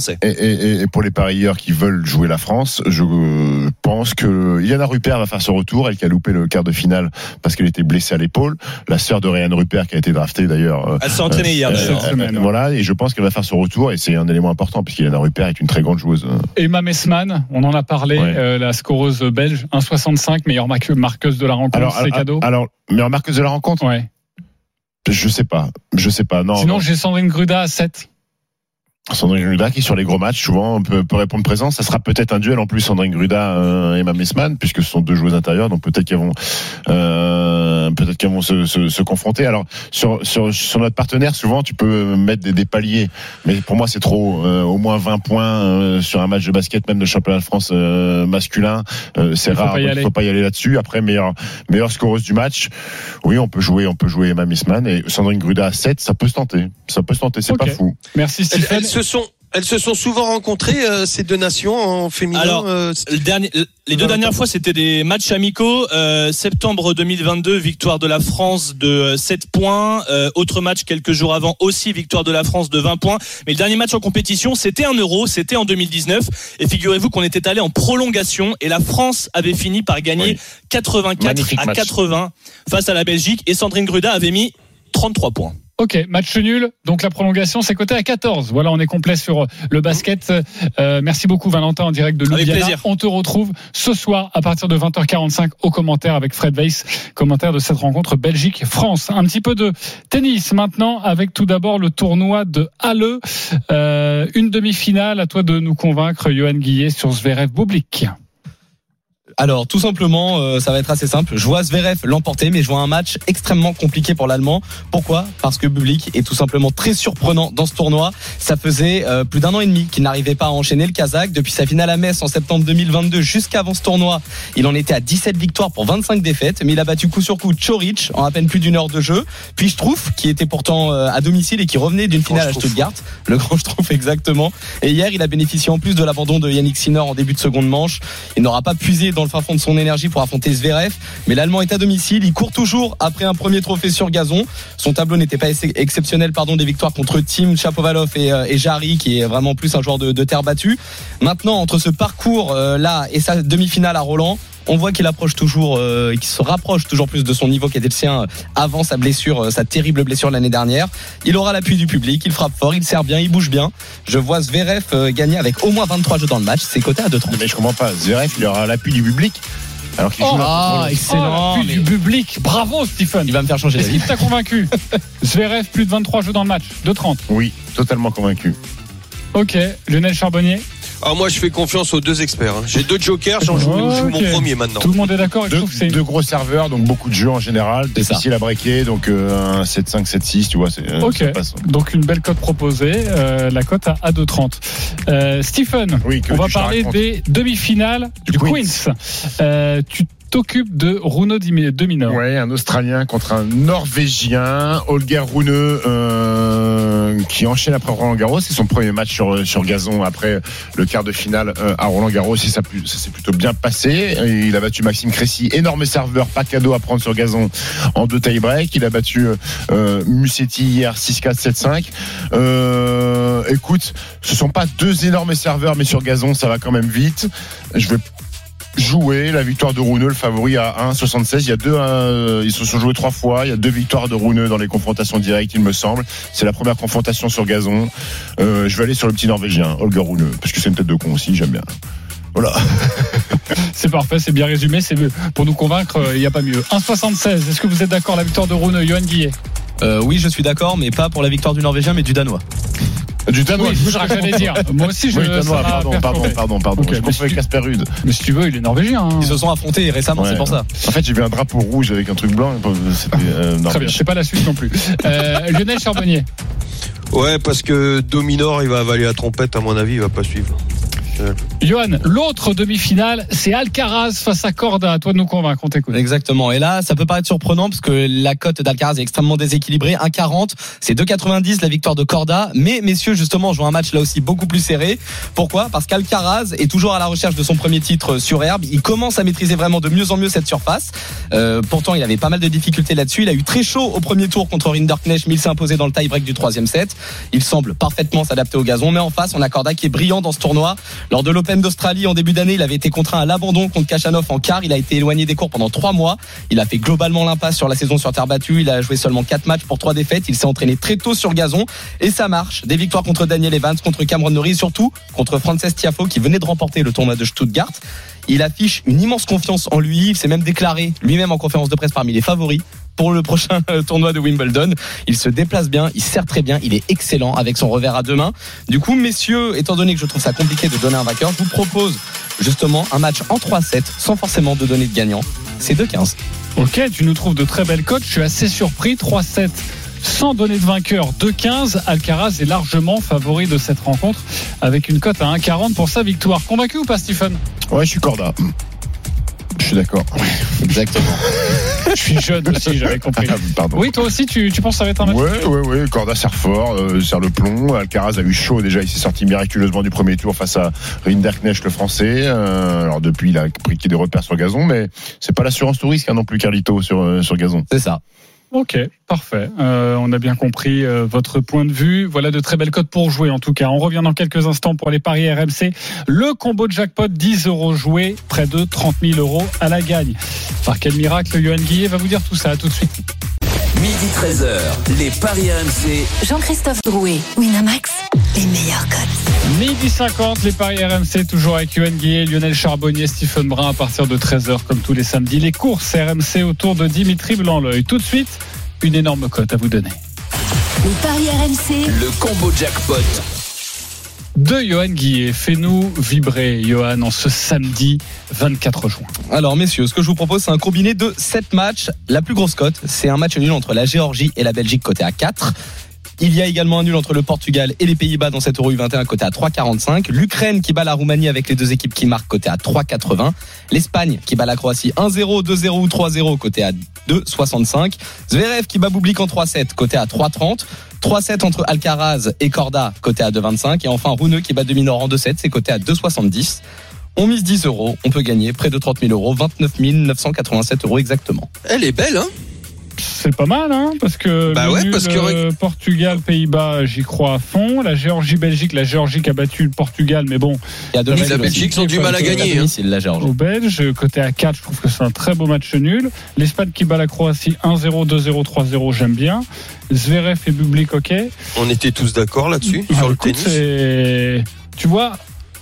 et, et pour les parieurs qui veulent jouer la France, je pense que Yana Rupert va faire ce retour, elle qui a loupé le quart de finale parce qu'elle était blessée à l'épaule. La sœur de Ryan Rupert qui a été draftée d'ailleurs. Elle s'est entraînée hier. Euh, cette semaine, voilà, et je pense qu'elle va faire ce retour et c'est un élément important puisque Yana Rupert est une très grande joueuse. Emma Messman, on en a parlé, ouais. euh, la scoreuse belge, un virgule soixante-cinq, meilleure marqueuse de la rencontre, alors, c'est cadeau. Alors, meilleure marqueuse de la rencontre. Ouais. Je sais pas, je sais pas. Non. Sinon, non. j'ai Sandrine Gruda à sept. Sandrine Gruda qui sur les gros matchs souvent peut, peut répondre présent. Ça sera peut-être un duel en plus Sandrine Gruda euh, et Emma Messman puisque ce sont deux joueuses intérieures, donc peut-être qu'elles vont euh, peut-être qu'elles vont se, se, se confronter. Alors sur, sur sur notre partenaire souvent tu peux mettre des, des paliers, mais pour moi c'est trop. Euh, au moins vingt points euh, sur un match de basket même de championnat de France euh, masculin, euh, c'est il rare. Il faut pas y aller là-dessus. Après meilleure meilleure scoreuse du match, oui on peut jouer on peut jouer Emma Messman et Sandrine Gruda à sept, ça peut se tenter. Ça peut se tenter, c'est okay. Pas fou. Merci Stéphane. Se sont, elles se sont souvent rencontrées euh, ces deux nations en féminin. Alors, euh, le dernier, les deux dernières fois, c'était des matchs amicaux. Euh, septembre deux mille vingt-deux, victoire de la France de sept points. Euh, autre match quelques jours avant aussi, victoire de la France de vingt points. Mais le dernier match en compétition, c'était un Euro, c'était en deux mille dix-neuf. Et figurez-vous qu'on était allé en prolongation et la France avait fini par gagner oui. quatre-vingt-quatre Magnifique à match. quatre-vingts face à la Belgique. Et Sandrine Gruda avait mis trente-trois points. Ok, match nul, donc la prolongation c'est coté à quatorze. Voilà, on est complet sur le basket. Euh, merci beaucoup Valentin en direct de Ljubljana. On te retrouve ce soir à partir de vingt heures quarante-cinq au commentaire avec Fred Weiss, commentaire de cette rencontre Belgique-France. Un petit peu de tennis maintenant avec tout d'abord le tournoi de Halle. Euh, une demi-finale, à toi de nous convaincre Johan Guillet sur Zverev Bublik. Alors tout simplement, euh, ça va être assez simple. Je vois Zverev l'emporter, mais je vois un match extrêmement compliqué pour l'Allemand. Pourquoi ? Parce que Bublik est tout simplement très surprenant dans ce tournoi. Ça faisait euh, plus d'un an et demi qu'il n'arrivait pas à enchaîner le Kazakh. Depuis sa finale à Metz en septembre deux mille vingt-deux jusqu'avant ce tournoi, il en était à dix-sept victoires pour vingt-cinq défaites. Mais il a battu coup sur coup Ćorić en à peine plus d'une heure de jeu. Puis Struff, qui était pourtant euh, à domicile et qui revenait d'une finale à Stuttgart. Le grand Struff exactement. Et hier, il a bénéficié en plus de l'abandon de Yannick Sinner en début de seconde manche. Il n'aura pas puisé dans le fin fond de son énergie pour affronter Zverev, mais l'Allemand est à domicile, il court toujours après un premier trophée sur gazon. Son tableau n'était pas exceptionnel, pardon, des victoires contre Thiem, Shapovalov et, euh, et Jarry, qui est vraiment plus un joueur de, de terre battue. Maintenant, entre ce parcours euh, là et sa demi-finale à Roland, on voit qu'il approche toujours, euh, qu'il se rapproche toujours plus de son niveau qui était le sien euh, avant sa blessure, euh, sa terrible blessure l'année dernière. Il aura l'appui du public, il frappe fort, il sert bien, il bouge bien. Je vois Zverev euh, gagner avec au moins vingt-trois jeux dans le match. C'est coté à deux trente. Mais je comprends pas. Zverev, il aura l'appui du public. Alors qu'il oh, joue ah, excellent. Oh, l'appui du public. Bravo, Stephen. Il va me faire changer d'avis. Est-ce qu'il t'a convaincu ? Zverev, plus de vingt-trois jeux dans le match. deux trente. Oui, totalement convaincu. Ok. Lionel Charbonnier. Alors moi je fais confiance aux deux experts. J'ai deux jokers, j'en joue, oh, joue okay. mon premier maintenant. Tout le monde est d'accord. Deux, c'est... deux gros serveurs, donc beaucoup de jeux en général, difficile à breaker, donc euh, un sept cinq, sept six, tu vois. C'est, ok. Ça passe. Donc une belle cote proposée, euh, la cote à deux trente. Euh, Stephen, oui, on va parler des demi-finales du, du Queens. Queens. Euh, tu t'occupe de Rune de Minaur. Ouais, un Australien contre un Norvégien, Holger Rune, euh, qui enchaîne après Roland Garros. C'est son premier match sur sur gazon après le quart de finale euh, à Roland Garros. Et ça, ça s'est plutôt bien passé. Et il a battu Maxime Cressy, énorme serveur, pas cadeau à prendre sur gazon en deux tie-break. Il a battu euh, Musetti hier six quatre, sept cinq. Euh, écoute, ce sont pas deux énormes serveurs, mais sur gazon, ça va quand même vite. Je vais jouer la victoire de Rune, le favori à un virgule soixante-seize. Il y a deux, euh, ils se sont joués trois fois. Il y a deux victoires de Rune dans les confrontations directes, il me semble. C'est la première confrontation sur gazon. Euh, je vais aller sur le petit Norvégien, Holger Rune, parce que c'est une tête de con aussi, j'aime bien. Voilà. C'est parfait, c'est bien résumé. C'est pour nous convaincre, il n'y a pas mieux. un virgule soixante-seize. Est-ce que vous êtes d'accord la victoire de Rune, Johan Guillet? euh, Oui, je suis d'accord, mais pas pour la victoire du Norvégien, mais du Danois. Du Danois, oui, j'allais dire. Moi aussi, je. Oui, Danois, pardon, pardon, pardon, pardon. Okay, je confonds avec Casper Ruud. Mais si tu veux, il est norvégien. Hein. Ils se sont affrontés récemment, ouais. C'est pour ça. En fait, j'ai vu un drapeau rouge avec un truc blanc. C'était euh, très bien. C'est pas la suite non plus. Euh, Lionel Charbonnier. Ouais, parce que Dominor, il va avaler la trompette. À mon avis, il va pas suivre. Johan, l'autre demi-finale, c'est Alcaraz face à Corda. À toi de nous convaincre, on t'écoute. Exactement. Et là, ça peut paraître surprenant parce que la cote d'Alcaraz est extrêmement déséquilibrée. un virgule quarante, c'est deux virgule quatre-vingt-dix la victoire de Corda. Mais messieurs, justement, jouent un match là aussi beaucoup plus serré. Pourquoi ? Parce qu'Alcaraz est toujours à la recherche de son premier titre sur herbe. Il commence à maîtriser vraiment de mieux en mieux cette surface. Euh, pourtant, il avait pas mal de difficultés là-dessus. Il a eu très chaud au premier tour contre Rinderknecht, mais il s'est imposé dans le tie-break du troisième set. Il semble parfaitement s'adapter au gazon. Mais en face, on a Corda qui est brillant dans ce tournoi. Lors de l'Open d'Australie en début d'année, il avait été contraint à l'abandon contre Khachanov en quart. Il a été éloigné des cours pendant trois mois. Il a fait globalement l'impasse sur la saison sur terre battue. Il a joué seulement quatre matchs pour trois défaites. Il s'est entraîné très tôt sur gazon et ça marche. Des victoires contre Daniel Evans, contre Cameron Norrie, surtout contre Frances Tiafoe qui venait de remporter le tournoi de Stuttgart. Il affiche une immense confiance en lui. Il s'est même déclaré lui-même en conférence de presse parmi les favoris pour le prochain tournoi de Wimbledon. Il se déplace bien, il sert très bien, il est excellent avec son revers à deux mains. Du coup, messieurs, étant donné que je trouve ça compliqué de donner un vainqueur, je vous propose justement un match en trois sept sans forcément de donner de gagnant. C'est deux quinze. Ok, tu nous trouves de très belles cotes. Je suis assez surpris. trois sept sans donner de vainqueur, deux quinze. Alcaraz est largement favori de cette rencontre avec une cote à un virgule quarante pour sa victoire. Convaincu ou pas, Stephen ? Ouais, je suis Corda. Je suis d'accord. Exactement. Je suis jeune aussi, j'avais compris. Pardon. Oui, toi aussi, tu, tu penses que ça va être un match ? Ouais, ouais, ouais. Corda serre fort, euh, serre le plomb. Alcaraz a eu chaud déjà. Il s'est sorti miraculeusement du premier tour face à Rinderknecht, le français. Euh, alors depuis, il a pris des repères sur gazon, mais c'est pas l'assurance tout risque hein, non plus, Carlito, sur, euh, sur gazon. C'est ça. Ok, parfait. Euh, on a bien compris euh, votre point de vue. Voilà de très belles cotes pour jouer en tout cas. On revient dans quelques instants pour les paris R M C. Le combo de jackpot, dix euros joués, près de trente mille euros à la gagne. Par quel miracle, Johan Guillet va vous dire tout ça. À tout de suite. Midi treize heures, les paris R M C. Jean-Christophe Drouet, Winamax, les meilleurs cotes. Midi cinquante, les paris R M C, toujours avec Johan Guillet, Lionel Charbonnier, Stephen Brun à partir de treize heures comme tous les samedis. Les courses R M C autour de Dimitri Blanc-L'Oeil. Tout de suite, une énorme cote à vous donner. Les paris R M C. Le combo jackpot de Johan Guillet. Fais-nous vibrer, Johan, en ce samedi vingt-quatre juin. Alors, messieurs, ce que je vous propose, c'est un combiné de sept matchs. La plus grosse cote, c'est un match nul entre la Géorgie et la Belgique, coté à quatre. Il y a également un nul entre le Portugal et les Pays-Bas dans cet Euro U vingt et un, coté à trois virgule quarante-cinq. L'Ukraine qui bat la Roumanie avec les deux équipes qui marquent, coté à trois virgule quatre-vingts. L'Espagne qui bat la Croatie un zéro, deux zéro ou trois zéro, coté à deux virgule soixante-cinq. Zverev qui bat Bublik en trois sept, coté à trois virgule trente. trois sept entre Alcaraz et Corda, coté à deux virgule vingt-cinq. Et enfin Runeux qui bat Dominor en deux sept, c'est coté à deux virgule soixante-dix. On mise dix euros, on peut gagner près de trente mille euros, vingt-neuf mille neuf cent quatre-vingt-sept euros exactement. Elle est belle, hein? C'est pas mal, hein, parce que bah le ouais, nul, parce que euh, Portugal, Pays-Bas, j'y crois à fond. La Géorgie, Belgique, la Géorgie qui a battu le Portugal, mais bon. Il y a deux la Belgique ils ont du mal à gagner. Hein. La Géorgie. Aux Belges, côté à quatre, je trouve que c'est un très beau match nul. L'Espagne qui bat la Croatie un zéro, deux zéro, trois zéro, j'aime bien. Zverev et Bublik, ok. On était tous d'accord là-dessus, ah, sur le écoute, tennis. C'est... Tu vois.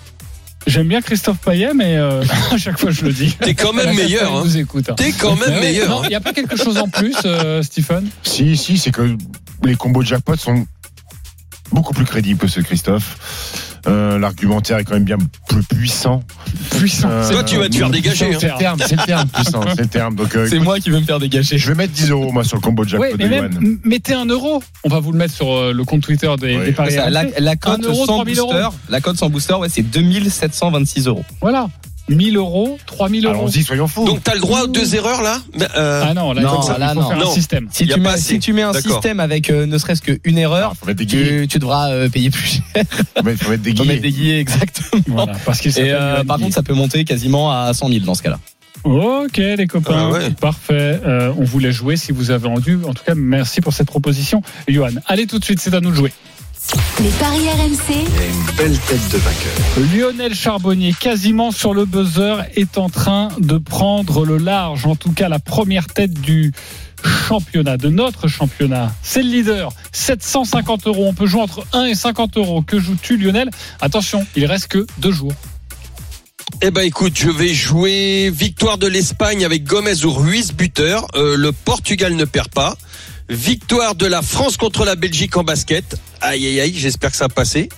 J'aime bien Christophe Payet, mais euh, à chaque fois je le dis. T'es quand même meilleur. Hein. Écoute, hein. T'es quand même ouais, meilleur. Il n'y a pas quelque chose en plus, euh, Stephen ? Si, si, c'est que les combos de jackpot sont beaucoup plus crédibles que ceux de Christophe. Euh, l'argumentaire est quand même bien plus puissant. Puissant. Euh, Toi, tu vas te faire dégager. C'est le terme, c'est le terme puissant. C'est le terme. Donc, euh, c'est écoute, moi qui vais me faire dégager. Je vais mettre dix euros moi sur le combo de jackpot ouais, mais de même, Johan. mettez un euro. On va vous le mettre sur euh, le compte Twitter des, oui. des paris. Ça, la, la cote euro, sans booster, euros. la cote sans booster, ouais, c'est deux mille sept cent vingt-six euros. Voilà. mille euros, trois mille euros. Allons-y, soyons fous. Donc t'as le droit aux deux erreurs là euh... Ah non, là, non, comme ça, là, il faut non. faire non. un système. Si tu, mets, si tu mets un D'accord. système avec euh, ne serait-ce qu'une erreur, faut mettre des guillemets. tu, tu devras euh, payer plus cher. Faut mettre, faut mettre des Faut mettre guillemets. des guillemets, exactement. Voilà, parce qu'il Et euh, Johan par Guillet. contre, ça peut monter quasiment à cent mille dans ce cas-là. Ok, les copains, Ah ouais. parfait. Euh, on voulait jouer si vous avez envie. En tout cas, merci pour cette proposition, Johan. Allez tout de suite, c'est à nous de jouer. Les paris R M C. Il y a une belle tête de vainqueur. Lionel Charbonnier, quasiment sur le buzzer, est en train de prendre le large. En tout cas, la première tête du championnat, de notre championnat. C'est le leader. sept cent cinquante euros. On peut jouer entre un et cinquante euros. Que joues-tu, Lionel ? Attention, il reste que deux jours. Eh ben écoute, je vais jouer victoire de l'Espagne avec Gomez ou Ruiz buteur. Euh, le Portugal ne perd pas. Victoire de la France contre la Belgique en basket. Aïe aïe aïe, j'espère que ça va passer.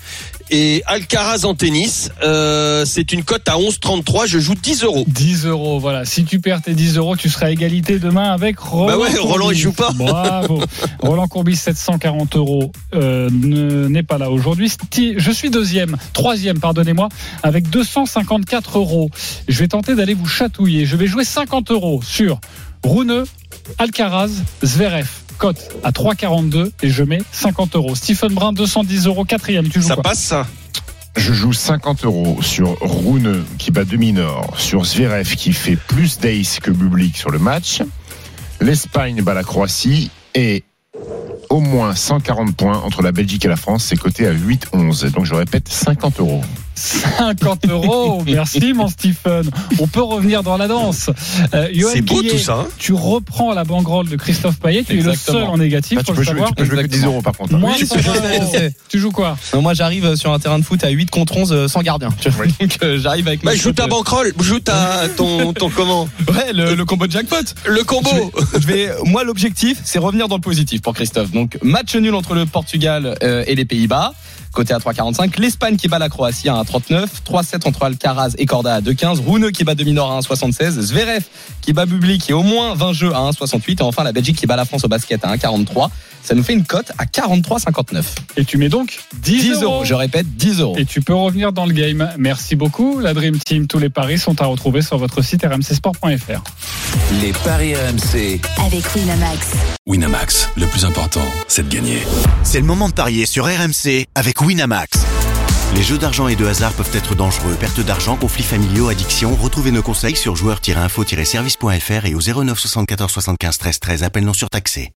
et Alcaraz en tennis. Euh, c'est une cote à onze trente-trois. Je joue dix euros. dix euros, voilà. Si tu perds tes dix euros, tu seras à égalité demain avec Roland. Bah ouais, Courbis. Roland il joue pas. Bravo. Roland Courbis, sept cent quarante euros, euh, ne, n'est pas là aujourd'hui. Sti- Je suis deuxième, troisième, pardonnez-moi, avec deux cent cinquante-quatre euros. Je vais tenter d'aller vous chatouiller. Je vais jouer cinquante euros sur Rune, Alcaraz, Zverev. Cote à trois virgule quarante-deux et je mets cinquante euros. Stephen Brun, deux cent dix euros, quatrième. Tu joues Ça quoi? passe ça? Je joue cinquante euros sur Rune qui bat demi-nord, sur Zverev qui fait plus d'ace que Bublik sur le match. L'Espagne bat la Croatie et au moins cent quarante points entre la Belgique et la France. C'est coté à huit onze. Donc je répète, cinquante euros. cinquante euros, merci mon Stephen. On peut revenir dans la danse. Euh, Johan C'est beau Guillet, tout ça. Hein, tu reprends la banderole de Christophe Payet. Tu Exactement. es le seul en négatif. Ah, tu, faut peux le jouer, savoir. tu peux jouer que dix euros par contre. Moins Oui, cent je sais, euros. je sais. Tu joues quoi? Non, moi j'arrive sur un terrain de foot à huit contre onze euh, sans gardien. Tu vois. Donc euh, j'arrive avec bah, ma joue ta cote, bankroll, joue ta ton ton comment? euh, Ouais, le, le combo de jackpot. Le combo. Je vais, moi, l'objectif, c'est revenir dans le positif pour Christophe. Donc, match nul entre le Portugal euh, et les Pays-Bas, côté à trois virgule quarante-cinq. L'Espagne qui bat la Croatie à un virgule trente-neuf. trois sept entre Alcaraz et Corda à deux virgule quinze. Rune qui bat demi-nord à un virgule soixante-seize. Zverev qui bat Bublik et au moins vingt jeux à un virgule soixante-huit. Et enfin, la Belgique qui bat la France au basket à un virgule quarante-trois. Ça nous fait une cote à quarante-trois virgule cinquante-neuf. Et tu mets donc dix euros. Je répète, dix euros. Et tu peux revenir dans le game. Merci beaucoup. La Dream Team, tous les paris sont à retrouver sur votre site r m c sport point f r. Les paris R M C. Avec Winamax. Winamax, le plus important, c'est de gagner. C'est le moment de parier sur R M C avec Winamax. Les jeux d'argent et de hasard peuvent être dangereux. Perte d'argent, conflits familiaux, addiction. Retrouvez nos conseils sur joueurs tiret info tiret service point f r et au zéro neuf soixante-quatorze soixante-quinze treize treize. Appel non surtaxé.